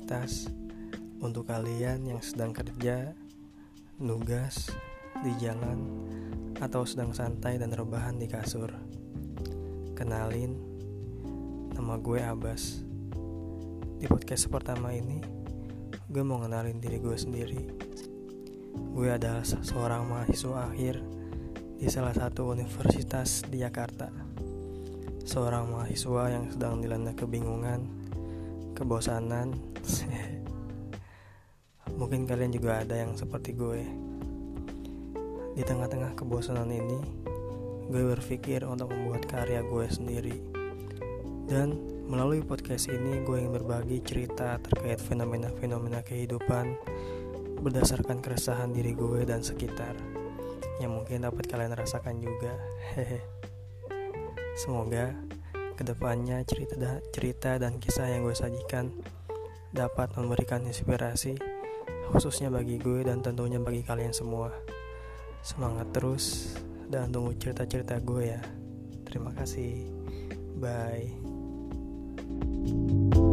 beraktivitas. Untuk kalian yang sedang kerja, nugas, di jalan, atau sedang santai dan rebahan di kasur. Kenalin, nama gue Abbas. Di podcast pertama ini, gue mau ngenalin diri gue sendiri. Gue adalah seorang mahasiswa akhir di salah satu universitas di Jakarta. Seorang mahasiswa yang sedang dilanda kebingungan, kebosanan. Mungkin kalian juga ada yang seperti gue. Di tengah-tengah kebosanan ini, gue berpikir untuk membuat karya gue sendiri. Dan melalui podcast ini, gue ingin berbagi cerita terkait fenomena-fenomena kehidupan berdasarkan keresahan diri gue dan sekitar, yang mungkin dapat kalian rasakan juga. Semoga kedepannya cerita dan kisah yang gue sajikan dapat memberikan inspirasi, khususnya bagi gue dan tentunya bagi kalian semua. Semangat terus dan tunggu cerita-cerita gue ya. Terima kasih. Bye.